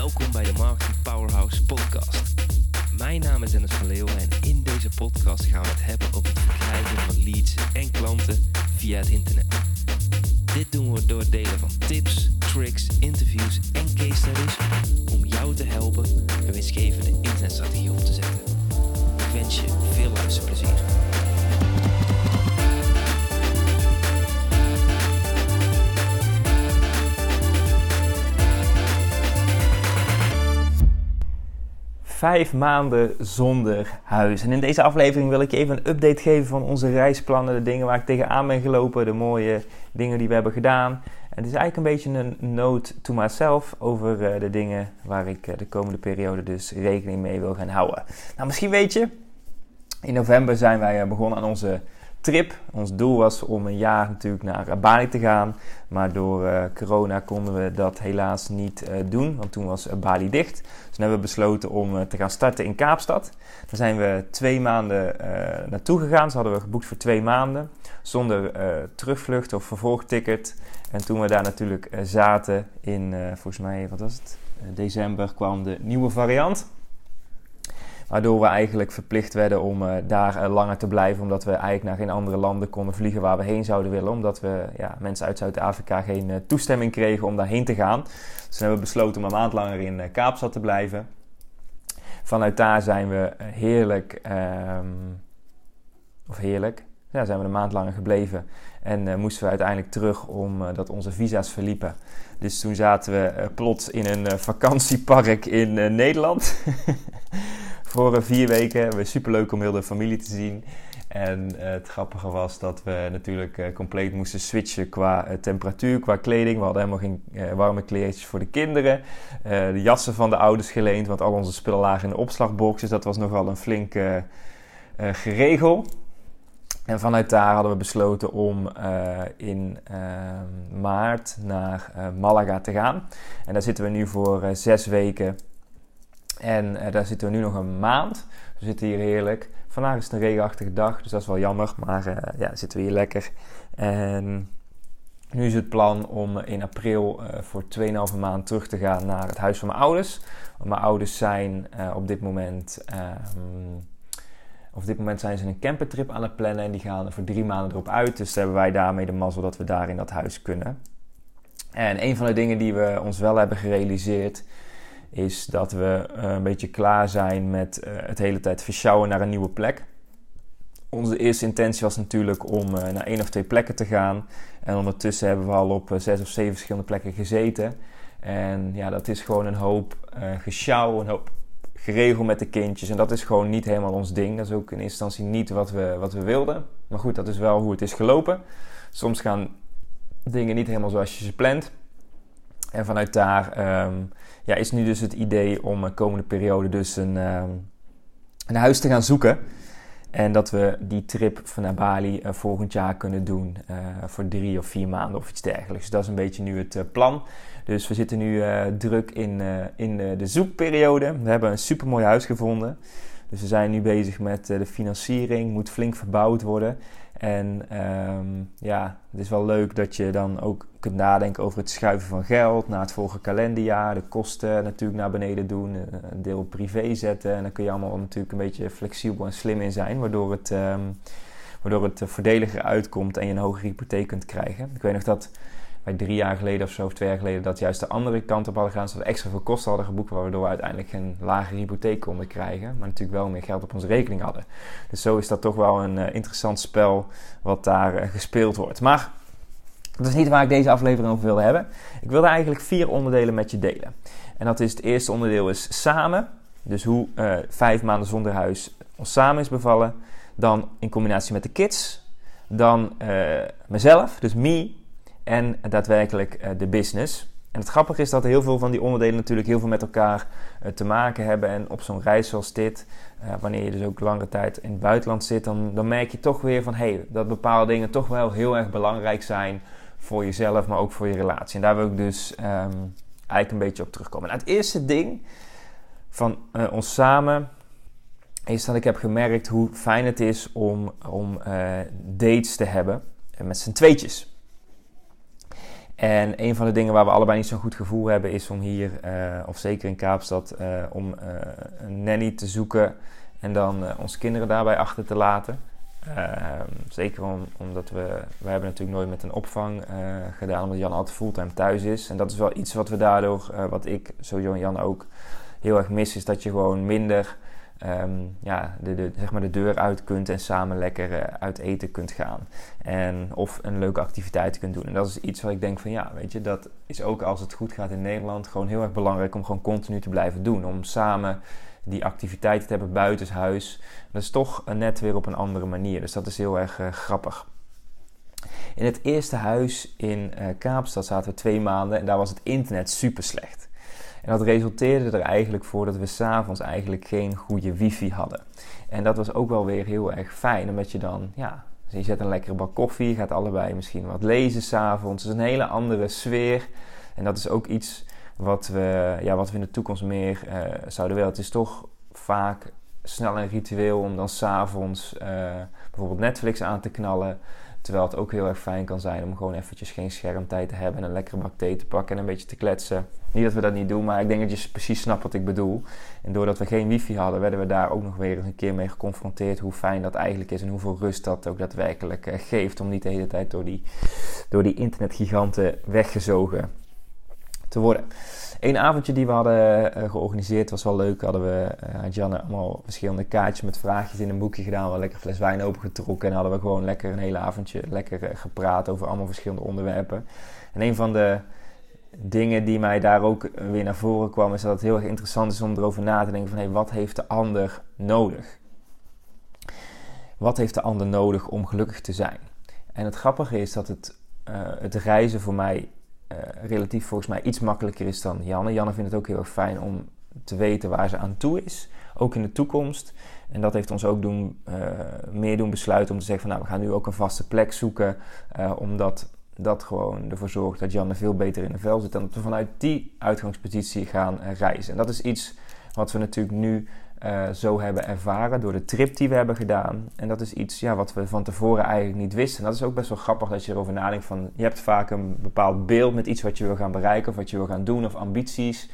Welkom bij de Marketing Powerhouse podcast. Mijn naam is Dennis van Leeuwen en in deze podcast gaan we het hebben over het verkrijgen van leads en klanten via het internet. Dit doen we door het delen van tips, tricks, interviews en case studies om jou te helpen een winstgevende internetstrategie op te zetten. Ik wens je veel luisterplezier. Vijf maanden zonder huis. En in deze aflevering wil ik je even een update geven van onze reisplannen. De dingen waar ik tegenaan ben gelopen. De mooie dingen die we hebben gedaan. En het is eigenlijk een beetje een note to myself over de dingen waar ik de komende periode dus rekening mee wil gaan houden. Nou, misschien weet je, in november zijn wij begonnen aan onze trip. Ons doel was om een jaar natuurlijk naar Bali te gaan. Maar door corona konden we dat helaas niet doen. Want toen was Bali dicht. Dus toen hebben we besloten om te gaan starten in Kaapstad. Daar zijn we 2 maanden naartoe gegaan. Dus hadden we geboekt voor 2 maanden. Zonder terugvlucht of vervolgticket. En toen we daar natuurlijk zaten in, volgens mij, wat was het? December kwam de nieuwe variant. Waardoor we eigenlijk verplicht werden om daar langer te blijven. Omdat we eigenlijk naar geen andere landen konden vliegen waar we heen zouden willen. Omdat we mensen uit Zuid-Afrika geen toestemming kregen om daarheen te gaan. Dus toen hebben we besloten om een maand langer in Kaapstad te blijven. Vanuit daar zijn we zijn we een maand langer gebleven. En moesten we uiteindelijk terug omdat onze visa's verliepen. Dus toen zaten we plots in een vakantiepark in Nederland. Voor 4 weken. Het was superleuk om heel de familie te zien. En het grappige was dat we natuurlijk compleet moesten switchen qua temperatuur, qua kleding. We hadden helemaal geen warme kleertjes voor de kinderen. De jassen van de ouders geleend, want al onze spullen lagen in de opslagbox. Dus dat was nogal een flink geregel. En vanuit daar hadden we besloten om in maart naar Malaga te gaan. En daar zitten we nu voor 6 weken. En daar zitten we nu nog een maand. We zitten hier heerlijk. Vandaag is het een regenachtige dag, dus dat is wel jammer. Maar zitten we hier lekker. En nu is het plan om in april voor 2,5 maand terug te gaan naar het huis van mijn ouders. Want mijn ouders zijn op dit moment zijn ze een campertrip aan het plannen. En die gaan voor 3 maanden erop uit. Dus hebben wij daarmee de mazzel dat we daar in dat huis kunnen. En een van de dingen die we ons wel hebben gerealiseerd is dat we een beetje klaar zijn met het hele tijd versjouwen naar een nieuwe plek. Onze eerste intentie was natuurlijk om naar 1 of 2 plekken te gaan. En ondertussen hebben we al op 6 of 7 verschillende plekken gezeten. En ja, dat is gewoon een hoop gesjouw, een hoop geregeld met de kindjes. En dat is gewoon niet helemaal ons ding. Dat is ook in eerste instantie niet wat we wilden. Maar goed, dat is wel hoe het is gelopen. Soms gaan dingen niet helemaal zoals je ze plant. En vanuit daar is nu dus het idee om de komende periode dus een huis te gaan zoeken. En dat we die trip van naar Bali volgend jaar kunnen doen voor 3 of 4 maanden of iets dergelijks. Dus dat is een beetje nu het plan. Dus we zitten nu druk in de zoekperiode. We hebben een supermooi huis gevonden. Dus we zijn nu bezig met de financiering. Moet flink verbouwd worden. En het is wel leuk dat je dan ook kunt nadenken over het schuiven van geld naar het volgende kalenderjaar. De kosten natuurlijk naar beneden doen. Een deel privé zetten. En dan kun je allemaal natuurlijk een beetje flexibel en slim in zijn. Waardoor het voordeliger uitkomt en je een hogere hypotheek kunt krijgen. Ik weet nog dat wij 3 jaar geleden of zo, of 2 jaar geleden, dat juist de andere kant op hadden gedaan. Dat we extra veel kosten hadden geboekt, waardoor we uiteindelijk geen lagere hypotheek konden krijgen. Maar natuurlijk wel meer geld op onze rekening hadden. Dus zo is dat toch wel een interessant spel wat daar gespeeld wordt. Maar dat is niet waar ik deze aflevering over wilde hebben. Ik wilde eigenlijk 4 onderdelen met je delen. En dat is het eerste onderdeel is samen. Dus hoe 5 maanden zonder huis ons samen is bevallen. Dan in combinatie met de kids. Dan mezelf, dus me. En daadwerkelijk de business. En het grappige is dat heel veel van die onderdelen natuurlijk heel veel met elkaar te maken hebben. En op zo'n reis zoals dit, wanneer je dus ook langere tijd in het buitenland zit, dan merk je toch weer van dat bepaalde dingen toch wel heel erg belangrijk zijn voor jezelf, maar ook voor je relatie. En daar wil ik dus eigenlijk een beetje op terugkomen. Nou, het eerste ding van ons samen is dat ik heb gemerkt hoe fijn het is om dates te hebben met z'n tweetjes. En een van de dingen waar we allebei niet zo'n goed gevoel hebben is om hier, of zeker in Kaapstad, om een nanny te zoeken en dan onze kinderen daarbij achter te laten. Zeker omdat we hebben natuurlijk nooit met een opvang gedaan, omdat Jan altijd fulltime thuis is. En dat is wel iets wat we daardoor, wat ik sowieso en Jan ook heel erg mis, is dat je gewoon minder zeg maar de deur uit kunt en samen lekker uit eten kunt gaan. Of een leuke activiteit kunt doen. En dat is iets wat ik denk van weet je, dat is ook als het goed gaat in Nederland gewoon heel erg belangrijk om gewoon continu te blijven doen. Om samen die activiteiten te hebben buitenshuis. Dat is toch net weer op een andere manier. Dus dat is heel erg grappig. In het eerste huis in Kaapstad zaten we 2 maanden en daar was het internet super slecht. En dat resulteerde er eigenlijk voor dat we 's avonds eigenlijk geen goede wifi hadden. En dat was ook wel weer heel erg fijn, omdat je dan, je zet een lekkere bak koffie, je gaat allebei misschien wat lezen 's avonds. Het is een hele andere sfeer. En dat is ook iets wat we in de toekomst meer zouden willen. Het is toch vaak snel een ritueel om dan 's avonds bijvoorbeeld Netflix aan te knallen. Terwijl het ook heel erg fijn kan zijn om gewoon eventjes geen schermtijd te hebben en een lekkere bak thee te pakken en een beetje te kletsen. Niet dat we dat niet doen, maar ik denk dat je precies snapt wat ik bedoel. En doordat we geen wifi hadden, werden we daar ook nog weer eens een keer mee geconfronteerd hoe fijn dat eigenlijk is en hoeveel rust dat ook daadwerkelijk geeft om niet de hele tijd door die internetgiganten weggezogen te worden. Eén avondje die we hadden georganiseerd was wel leuk. Had Janne allemaal verschillende kaartjes met vraagjes in een boekje gedaan. We hadden lekker fles wijn opengetrokken en hadden we gewoon lekker een hele avondje lekker gepraat over allemaal verschillende onderwerpen. En een van de dingen die mij daar ook weer naar voren kwam, is dat het heel erg interessant is om erover na te denken van wat heeft de ander nodig? Wat heeft de ander nodig om gelukkig te zijn? En het grappige is dat het reizen voor mij relatief volgens mij iets makkelijker is dan Janne. Janne vindt het ook heel erg fijn om te weten waar ze aan toe is, ook in de toekomst. En dat heeft ons ook meer doen besluiten om te zeggen van we gaan nu ook een vaste plek zoeken, omdat dat gewoon ervoor zorgt dat Janne veel beter in de vel zit en dat we vanuit die uitgangspositie gaan reizen. En dat is iets wat we natuurlijk nu zo hebben ervaren door de trip die we hebben gedaan. En dat is iets wat we van tevoren eigenlijk niet wisten. En dat is ook best wel grappig dat je erover nadenkt van je hebt vaak een bepaald beeld met iets wat je wil gaan bereiken of wat je wil gaan doen of ambities.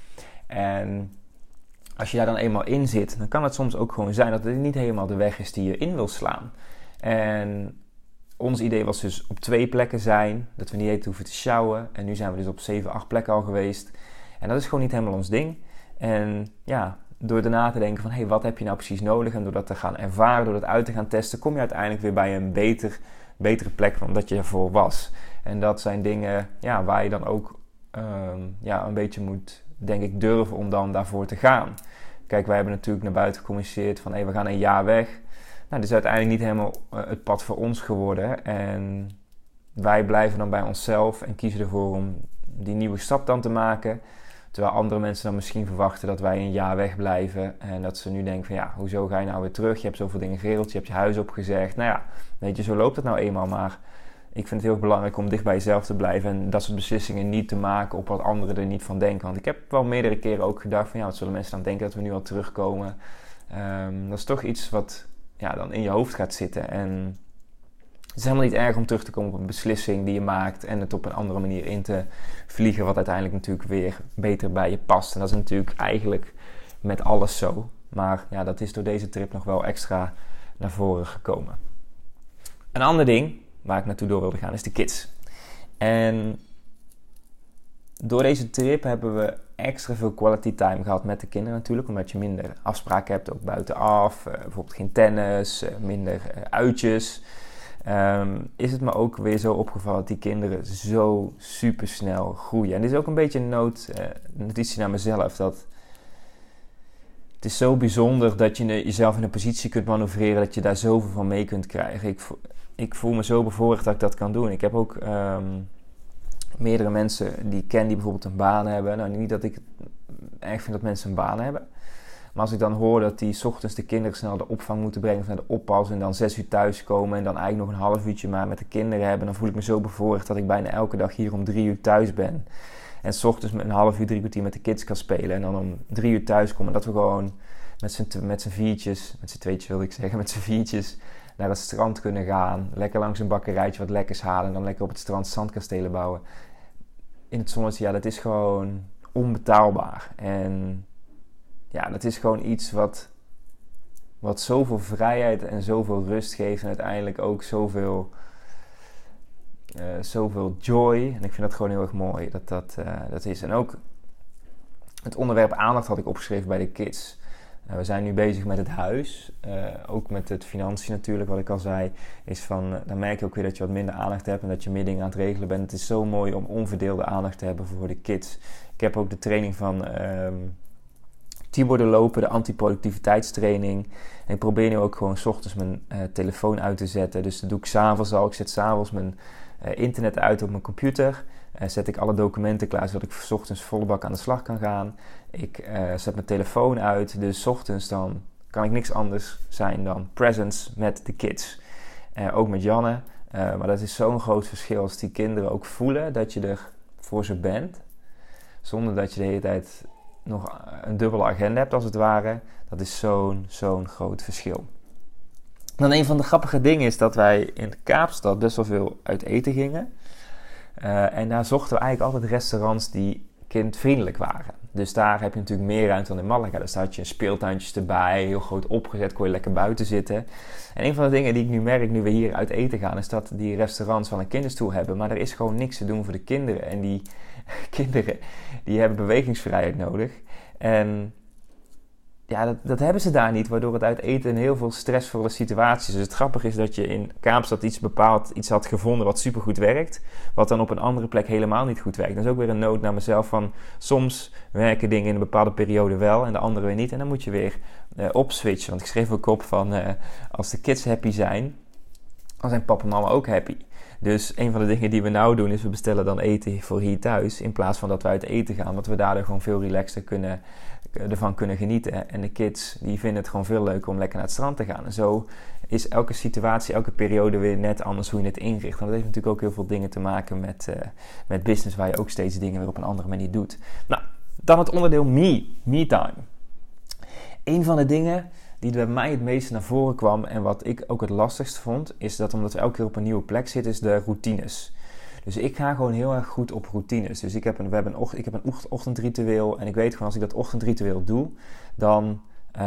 En als je daar dan eenmaal in zit, dan kan het soms ook gewoon zijn dat het niet helemaal de weg is die je in wil slaan. En ons idee was dus op 2 plekken zijn, dat we niet eten hoeven te sjouwen. En nu zijn we dus op 7, 8 plekken al geweest. En dat is gewoon niet helemaal ons ding. En door erna te denken van wat heb je nou precies nodig? En door dat te gaan ervaren, door dat uit te gaan testen, kom je uiteindelijk weer bij een betere plek dan dat je ervoor was. En dat zijn dingen waar je dan ook een beetje moet, denk ik, durven om dan daarvoor te gaan. Kijk, wij hebben natuurlijk naar buiten gecommuniceerd van we gaan een jaar weg. Nou, dit is uiteindelijk niet helemaal het pad voor ons geworden. En wij blijven dan bij onszelf en kiezen ervoor om die nieuwe stap dan te maken. Terwijl andere mensen dan misschien verwachten dat wij een jaar wegblijven. En dat ze nu denken van hoezo ga je nou weer terug? Je hebt zoveel dingen geregeld, je hebt je huis opgezegd. Weet je, zo loopt het nou eenmaal. Maar ik vind het heel erg belangrijk om dicht bij jezelf te blijven. En dat soort beslissingen niet te maken op wat anderen er niet van denken. Want ik heb wel meerdere keren ook gedacht van wat zullen mensen dan denken dat we nu al terugkomen. Dat is toch iets wat dan in je hoofd gaat zitten. En het is helemaal niet erg om terug te komen op een beslissing die je maakt en het op een andere manier in te vliegen, wat uiteindelijk natuurlijk weer beter bij je past. En dat is natuurlijk eigenlijk met alles zo. Maar dat is door deze trip nog wel extra naar voren gekomen. Een ander ding waar ik naartoe door wilde gaan is de kids. En door deze trip hebben we extra veel quality time gehad met de kinderen natuurlijk. Omdat je minder afspraken hebt, ook buitenaf. Bijvoorbeeld geen tennis, minder uitjes. Is het me ook weer zo opgevallen dat die kinderen zo super snel groeien. En dit is ook een beetje een notitie naar mezelf. Dat het is zo bijzonder dat je jezelf in een positie kunt manoeuvreren dat je daar zoveel van mee kunt krijgen. Ik voel me zo bevoorrecht dat ik dat kan doen. Ik heb ook meerdere mensen die ik ken die bijvoorbeeld een baan hebben. Nou, niet dat ik het erg vind dat mensen een baan hebben. Maar als ik dan hoor dat die 's ochtends de kinderen snel de opvang moeten brengen of naar de oppas en dan 6 uur thuiskomen en dan eigenlijk nog een half uurtje maar met de kinderen hebben, dan voel ik me zo bevoorrecht dat ik bijna elke dag hier om 3 uur thuis ben. En 's ochtends met een half uur, 3 kwartier met de kids kan spelen en dan om 3 uur thuiskomen. En dat we gewoon met z'n viertjes, met z'n tweetjes wilde ik zeggen, met z'n viertjes naar het strand kunnen gaan. Lekker langs een bakkerijtje wat lekkers halen en dan lekker op het strand zandkastelen bouwen. in het zonnetje, ja, dat is gewoon onbetaalbaar. En ja, dat is gewoon iets wat zoveel vrijheid en zoveel rust geeft. En uiteindelijk ook zoveel joy. En ik vind dat gewoon heel erg mooi dat is. En ook het onderwerp aandacht had ik opgeschreven bij de kids. We zijn nu bezig met het huis. Ook met het financiën natuurlijk, wat ik al zei. Is van, dan merk je ook weer dat je wat minder aandacht hebt. En dat je meer dingen aan het regelen bent. Het is zo mooi om onverdeelde aandacht te hebben voor de kids. Ik heb ook de training van Tibor de Lopen, de antiproductiviteitstraining. En ik probeer nu ook gewoon 's ochtends mijn telefoon uit te zetten. Dus dat doe ik 's avonds al. Ik zet 's avonds mijn internet uit op mijn computer. Zet ik alle documenten klaar, zodat ik 's ochtends volle bak aan de slag kan gaan. Ik zet mijn telefoon uit. Dus 's ochtends dan kan ik niks anders zijn dan presence met de kids. Ook met Janne. Maar dat is zo'n groot verschil als die kinderen ook voelen dat je er voor ze bent. Zonder dat je de hele tijd nog een dubbele agenda hebt als het ware. Dat is zo'n groot verschil. Dan een van de grappige dingen is dat wij in Kaapstad best wel veel uit eten gingen. En daar zochten we eigenlijk altijd restaurants die kindvriendelijk waren. Dus daar heb je natuurlijk meer ruimte dan in Malaga. Dus daar had je speeltuintjes erbij, heel groot opgezet, kon je lekker buiten zitten. En een van de dingen die ik nu merk, nu we hier uit eten gaan, is dat die restaurants wel een kinderstoel hebben. Maar er is gewoon niks te doen voor de kinderen. En die kinderen, die hebben bewegingsvrijheid nodig. En ja, dat hebben ze daar niet, waardoor het uit eten een heel veel stressvolle situaties. Dus het grappige is dat je in Kaapstad iets had gevonden wat supergoed werkt, wat dan op een andere plek helemaal niet goed werkt. Dat is ook weer een noot naar mezelf van, soms werken dingen in een bepaalde periode wel en de andere weer niet. En dan moet je weer opswitchen, want ik schreef ook op van, als de kids happy zijn, dan zijn papa en mama ook happy. Dus een van de dingen die we nou doen is we bestellen dan eten voor hier thuis in plaats van dat we uit eten gaan. Want we daardoor gewoon veel relaxter ervan kunnen genieten. En de kids die vinden het gewoon veel leuker om lekker naar het strand te gaan. En zo is elke situatie, elke periode weer net anders hoe je het inricht. En dat heeft natuurlijk ook heel veel dingen te maken met business waar je ook steeds dingen weer op een andere manier doet. Nou, dan het onderdeel me-time. Een van de dingen die bij mij het meeste naar voren kwam en wat ik ook het lastigst vond, is dat omdat we elke keer op een nieuwe plek zitten, is de routines. Dus ik ga gewoon heel erg goed op routines. Dus ik heb een ochtendritueel en ik weet gewoon als ik dat ochtendritueel doe, dan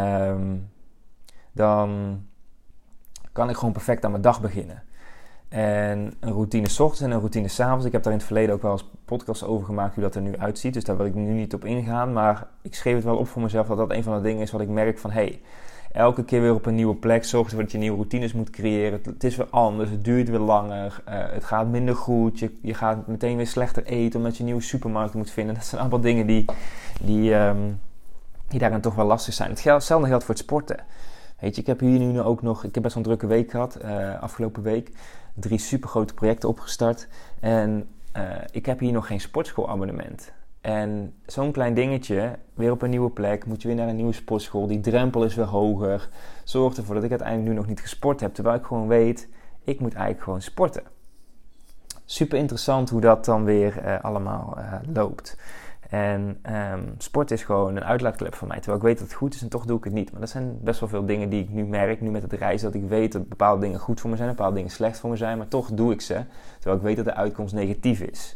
kan ik gewoon perfect aan mijn dag beginnen. En een routine 's ochtends en een routine 's avonds. Ik heb daar in het verleden ook wel eens podcasts over gemaakt hoe dat er nu uitziet. Dus daar wil ik nu niet op ingaan. Maar ik schreef het wel op voor mezelf dat dat een van de dingen is wat ik merk van, elke keer weer op een nieuwe plek. Zorg ervoor dat je nieuwe routines moet creëren. Het is weer anders, het duurt weer langer. Het gaat minder goed. Je gaat meteen weer slechter eten omdat je een nieuwe supermarkt moet vinden. Dat zijn allemaal dingen die daarin toch wel lastig zijn. Hetzelfde geldt voor het sporten. Weet je, ik heb hier nu ook nog, ik heb best wel een drukke week gehad, afgelopen week. 3 supergrote projecten opgestart. En ik heb hier nog geen sportschoolabonnement. En zo'n klein dingetje, weer op een nieuwe plek, moet je weer naar een nieuwe sportschool. Die drempel is weer hoger. Zorgt ervoor dat ik uiteindelijk nu nog niet gesport heb. Terwijl ik gewoon weet, ik moet eigenlijk gewoon sporten. Super interessant hoe dat dan weer allemaal loopt. En sport is gewoon een uitlaatklep voor mij. Terwijl ik weet dat het goed is en toch doe ik het niet. Maar dat zijn best wel veel dingen die ik nu merk, nu met het reizen. Dat ik weet dat bepaalde dingen goed voor me zijn, bepaalde dingen slecht voor me zijn. Maar toch doe ik ze. Terwijl ik weet dat de uitkomst negatief is.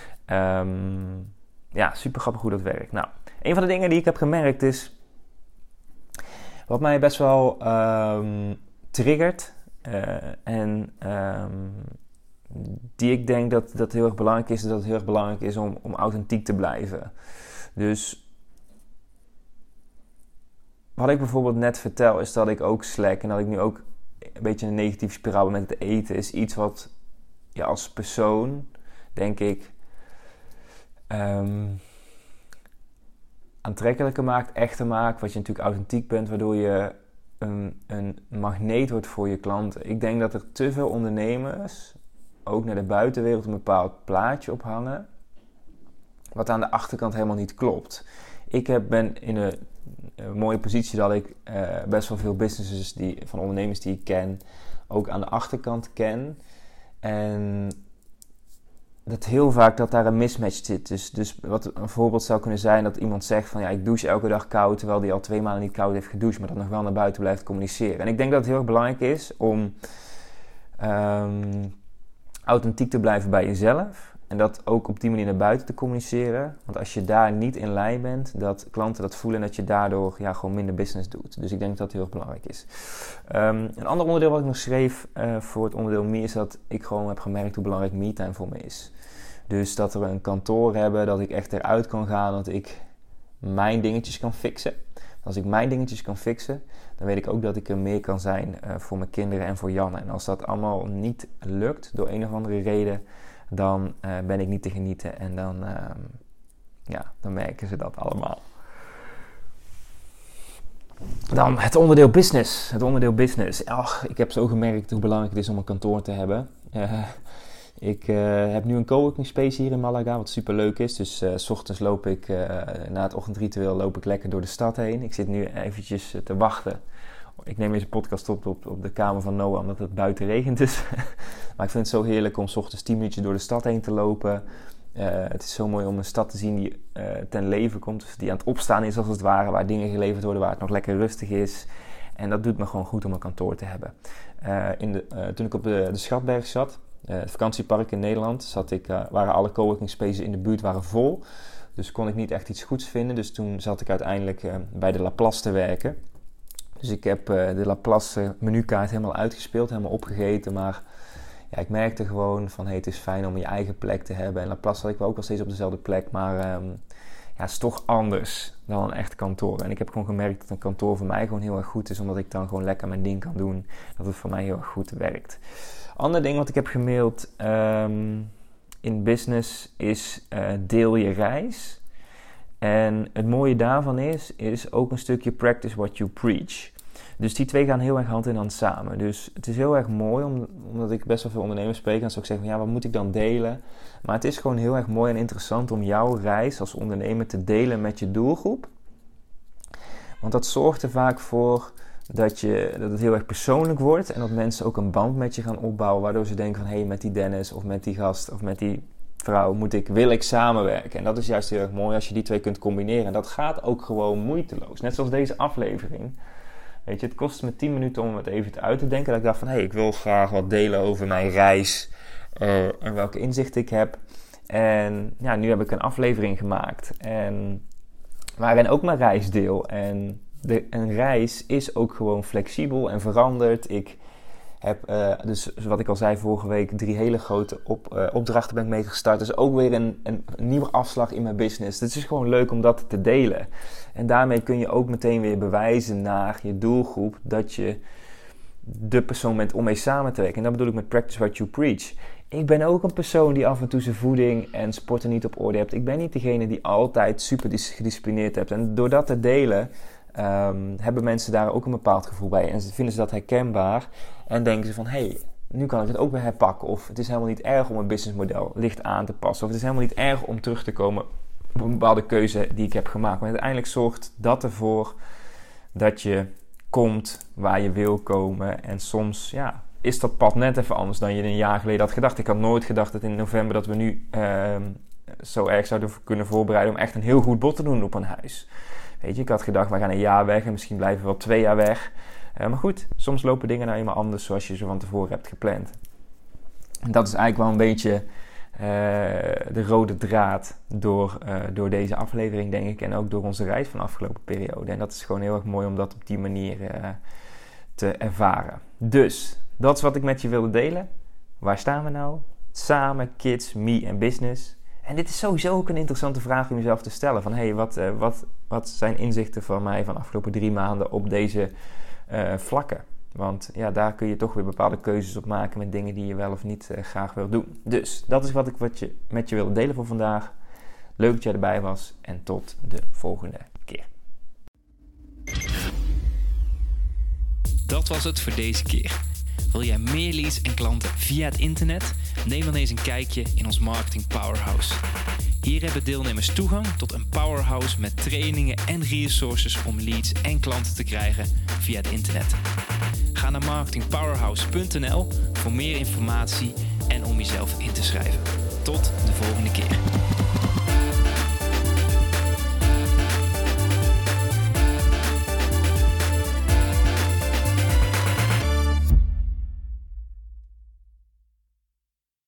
Ja, super grappig hoe dat werkt. Nou, een van de dingen die ik heb gemerkt is, wat mij best wel triggert en die ik denk dat heel erg belangrijk is, dat het heel erg belangrijk is om authentiek te blijven. Dus wat ik bijvoorbeeld net vertel is dat ik ook slack en dat ik nu ook een beetje een negatieve spiraal ben met het eten, is iets wat je als persoon, denk ik, aantrekkelijker maakt, echter maakt, wat je natuurlijk authentiek bent, waardoor je een magneet wordt voor je klanten. Ik denk dat er te veel ondernemers ook naar de buitenwereld een bepaald plaatje ophangen, wat aan de achterkant helemaal niet klopt. Ik ben in een mooie positie dat ik best wel veel businesses van ondernemers die ik ken, ook aan de achterkant ken. En dat heel vaak dat daar een mismatch zit. Dus wat een voorbeeld zou kunnen zijn dat iemand zegt van, ja, ik douche elke dag koud, terwijl die al 2 maanden niet koud heeft gedoucht, maar dat nog wel naar buiten blijft communiceren. En ik denk dat het heel erg belangrijk is om authentiek te blijven bij jezelf. En dat ook op die manier naar buiten te communiceren. Want als je daar niet in lijn bent, dat klanten dat voelen en dat je daardoor gewoon minder business doet. Dus ik denk dat dat heel erg belangrijk is. Een ander onderdeel wat ik nog schreef voor het onderdeel me is dat ik gewoon heb gemerkt hoe belangrijk me-time voor me is. Dus dat we een kantoor hebben, dat ik echt eruit kan gaan, dat ik mijn dingetjes kan fixen. Als ik mijn dingetjes kan fixen, dan weet ik ook dat ik er meer kan zijn voor mijn kinderen en voor Janne. En als dat allemaal niet lukt, door een of andere reden, dan ben ik niet te genieten. En dan merken ze dat allemaal. Dan het onderdeel business. Ach, ik heb zo gemerkt hoe belangrijk het is om een kantoor te hebben. Ik heb nu een coworking space hier in Malaga, wat super leuk is. Dus 's ochtends loop ik, na het ochtendritueel, loop ik lekker door de stad heen. Ik zit nu eventjes te wachten. Ik neem deze podcast op de kamer van Noah, omdat het buiten regent dus. Maar ik vind het zo heerlijk om 's ochtends 10 minuutjes door de stad heen te lopen. Het is zo mooi om een stad te zien die ten leven komt. Dus die aan het opstaan is als het ware, waar dingen geleverd worden, waar het nog lekker rustig is. En dat doet me gewoon goed om een kantoor te hebben. Toen ik op de Schatberg zat, het vakantiepark in Nederland, waren alle coworking spaces in de buurt vol. Dus kon ik niet echt iets goeds vinden. Dus toen zat ik uiteindelijk bij de Laplace te werken. Dus ik heb de Laplace menukaart helemaal uitgespeeld, helemaal opgegeten. Maar ja, ik merkte gewoon van het is fijn om je eigen plek te hebben. En Laplace had ik wel ook wel steeds op dezelfde plek. Maar het is toch anders dan een echt kantoor. En ik heb gewoon gemerkt dat een kantoor voor mij gewoon heel erg goed is. Omdat ik dan gewoon lekker mijn ding kan doen. Dat het voor mij heel erg goed werkt. Ander ding wat ik heb gemaild in business is deel je reis. En het mooie daarvan is ook een stukje practice what you preach. Dus die twee gaan heel erg hand in hand samen. Dus het is heel erg mooi, omdat ik best wel veel ondernemers spreek. En zou ik zeggen van, wat moet ik dan delen? Maar het is gewoon heel erg mooi en interessant om jouw reis als ondernemer te delen met je doelgroep. Want dat zorgt er vaak voor dat het heel erg persoonlijk wordt. En dat mensen ook een band met je gaan opbouwen. Waardoor ze denken van, met die Dennis of met die gast of met die vrouw wil ik samenwerken. En dat is juist heel erg mooi als je die twee kunt combineren. En dat gaat ook gewoon moeiteloos. Net zoals deze aflevering. Weet je, het kost me 10 minuten om het even uit te denken. Dat ik dacht van, ik wil graag wat delen over mijn reis. En welke inzichten ik heb. En ja, nu heb ik een aflevering gemaakt. En waarin ook mijn reis deel. En een reis is ook gewoon flexibel en verandert. Ik heb, dus wat ik al zei vorige week, 3 hele grote opdrachten ben ik mee gestart. Dus ook weer een nieuwe afslag in mijn business. Het is gewoon leuk om dat te delen. En daarmee kun je ook meteen weer bewijzen naar je doelgroep dat je de persoon bent om mee samen te werken. En dat bedoel ik met practice what you preach. Ik ben ook een persoon die af en toe zijn voeding en sporten niet op orde hebt. Ik ben niet degene die altijd super gedisciplineerd hebt. En door dat te delen hebben mensen daar ook een bepaald gevoel bij. En vinden ze dat herkenbaar. En denken ze van, nu kan ik het ook weer herpakken. Of het is helemaal niet erg om een businessmodel licht aan te passen. Of het is helemaal niet erg om terug te komen op een bepaalde keuze die ik heb gemaakt. Maar uiteindelijk zorgt dat ervoor dat je komt waar je wil komen. En soms, is dat pad net even anders dan je een jaar geleden had gedacht. Ik had nooit gedacht dat in november dat we nu zo erg zouden kunnen voorbereiden om echt een heel goed bod te doen op een huis. Weet je, ik had gedacht, we gaan een jaar weg en misschien blijven we wel 2 jaar weg. Maar goed, soms lopen dingen nou eenmaal anders zoals je ze van tevoren hebt gepland. En dat is eigenlijk wel een beetje de rode draad door deze aflevering, denk ik. En ook door onze reis van de afgelopen periode. En dat is gewoon heel erg mooi om dat op die manier te ervaren. Dus, dat is wat ik met je wilde delen. Waar staan we nou? Samen, kids, me en business. En dit is sowieso ook een interessante vraag om jezelf te stellen. Van, wat zijn inzichten van mij van de afgelopen 3 maanden op deze vlakken? Want daar kun je toch weer bepaalde keuzes op maken met dingen die je wel of niet graag wil doen. Dus dat is wat ik met je wilde delen voor vandaag. Leuk dat jij erbij was en tot de volgende keer. Dat was het voor deze keer. Wil jij meer leads en klanten via het internet? Neem dan eens een kijkje in ons Marketing Powerhouse. Hier hebben deelnemers toegang tot een powerhouse met trainingen en resources om leads en klanten te krijgen via het internet. Ga naar marketingpowerhouse.nl voor meer informatie en om jezelf in te schrijven. Tot de volgende keer.